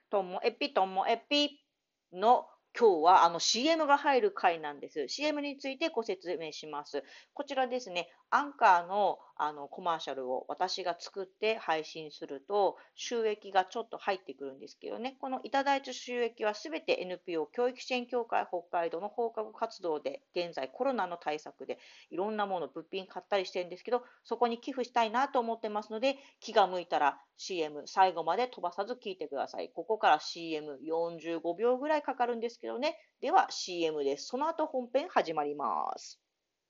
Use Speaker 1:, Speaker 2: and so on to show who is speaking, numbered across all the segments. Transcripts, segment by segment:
Speaker 1: ともえぴともえぴの今日はCM が入る回なんです。CM についてご説明します。こちらですね、アンカーのコマーシャルを私が作って配信すると収益がちょっと入ってくるんですけどね、このいただいた収益はすべて NPO 教育支援協会北海道の放課後活動で現在コロナの対策でいろんなもの物品買ったりしてるんですけど、そこに寄付したいなと思ってますので、気が向いたら CM 最後まで飛ばさず聞いてください。ここから CM45 秒ぐらいかかるんですけどね。では CM です。その後本編始まります。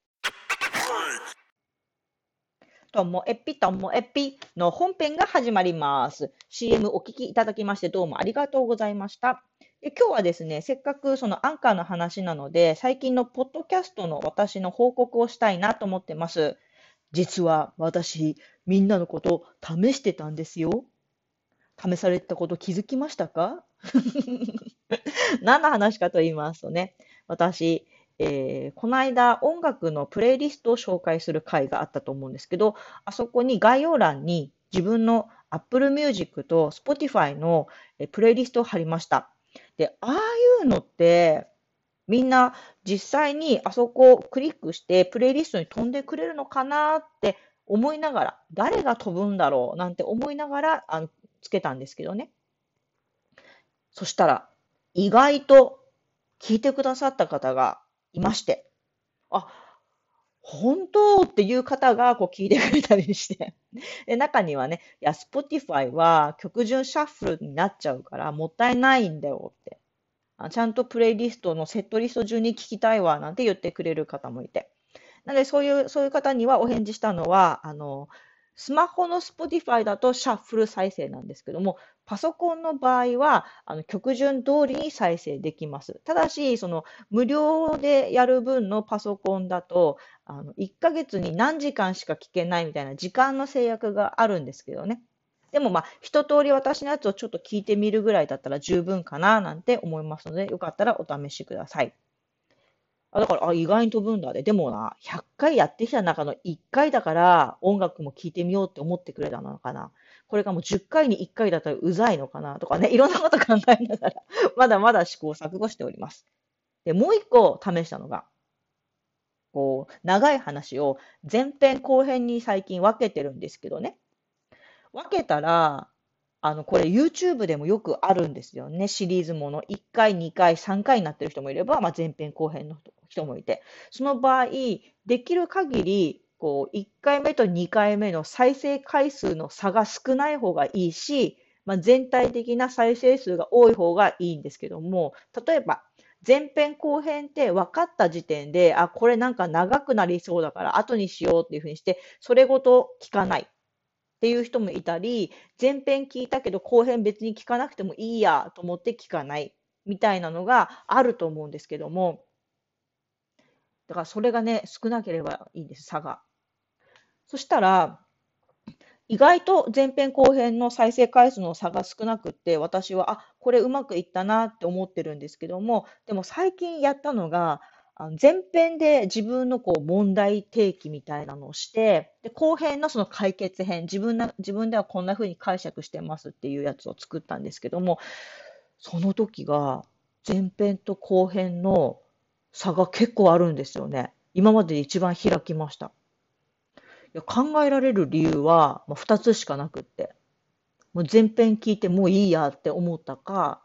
Speaker 1: ともえぴともえぴの本編が始まります。CM お聞きいただきましてどうもありがとうございました。今日はですね、せっかくそのアンカーの話なので、最近のポッドキャストの私の報告をしたいなと思ってます。実は私、みんなのこと試してたんですよ。試されたこと気づきましたか？何の話かと言いますとね、私、この間音楽のプレイリストを紹介する回があったと思うんですけど、あそこに概要欄に自分の Apple Music と Spotify のプレイリストを貼りました。で、ああいうのってみんな実際にあそこをクリックしてプレイリストに飛んでくれるのかなって思いながら、誰が飛ぶんだろうなんて思いながらつけたんですけどね。そしたら、意外と聞いてくださった方がいまして、あ、本当っていう方がこう聞いてくれたりして、で、中にはね、いや、Spotify は曲順シャッフルになっちゃうからもったいないんだよって、ちゃんとプレイリストのセットリスト順に聞きたいわなんて言ってくれる方もいて。なので、そういう方にはお返事したのは、スマホの Spotify だとシャッフル再生なんですけども、パソコンの場合は、曲順通りに再生できます。ただし、その、無料でやる分のパソコンだと、1ヶ月に何時間しか聞けないみたいな時間の制約があるんですけどね。でもまあ、一通り私のやつをちょっと聞いてみるぐらいだったら十分かななんて思いますので、よかったらお試しください。だから、意外に飛ぶんだで。でもな、100回やってきた中の1回だから音楽も聴いてみようって思ってくれたのかな。これがもう10回に1回だったらうざいのかなとかね、いろんなこと考えながら、まだまだ試行錯誤しております。で、もう一個試したのが、こう、長い話を前編後編に最近分けてるんですけどね。分けたら、これ YouTube でもよくあるんですよね。シリーズもの。1回、2回、3回になってる人もいれば、まあ、前編後編の人もいて。その場合、できる限り、こう、1回目と2回目の再生回数の差が少ない方がいいし、まあ、全体的な再生数が多い方がいいんですけども、例えば、前編後編って分かった時点で、あ、これなんか長くなりそうだから後にしようっていうふうにして、それごと聞かない。っていう人もいたり、前編聞いたけど後編別に聞かなくてもいいやと思って聞かないみたいなのがあると思うんですけども、だからそれがね、少なければいいんです、差が。そしたら、意外と前編後編の再生回数の差が少なくって、私は、これうまくいったなって思ってるんですけども、でも最近やったのが、前編で自分のこう問題提起みたいなのをして、で、後編のその解決編、自分ではこんな風に解釈してますっていうやつを作ったんですけども、その時が前編と後編の差が結構あるんですよね。今までで一番開きました。いや、考えられる理由は、2つしかなくって。もう前編聞いてもういいやって思ったか、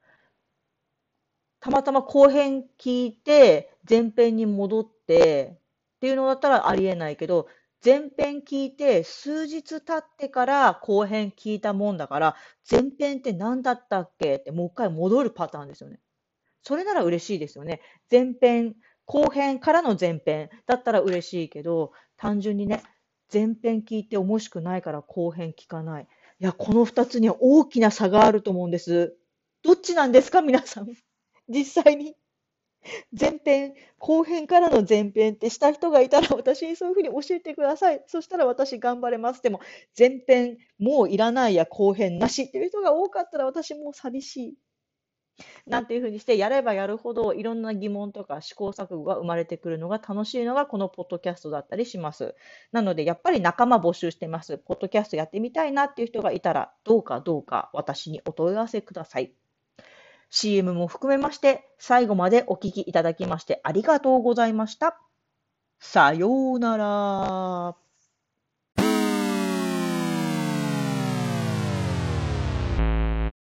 Speaker 1: たまたま後編聞いて前編に戻ってっていうのだったらありえないけど、前編聞いて数日経ってから後編聞いたもんだから、前編って何だったっけってもう一回戻るパターンですよね。それなら嬉しいですよね。前編、後編からの前編だったら嬉しいけど、単純にね、前編聞いて面白くないから後編聞かない。いや、この二つには大きな差があると思うんです。どっちなんですか、皆さん。実際に前編、後編からの前編ってした人がいたら私にそういうふうに教えてください。そしたら私頑張れます。でも、前編もういらないや後編なしっていう人が多かったら私もう寂しい。 なんていうふうにしてやればやるほどいろんな疑問とか試行錯誤が生まれてくるのが楽しいのがこのポッドキャストだったりします。なのでやっぱり仲間募集してます。ポッドキャストやってみたいなっていう人がいたらどうか私にお問い合わせください。CM も含めまして最後までお聞きいただきましてありがとうございました。さようなら。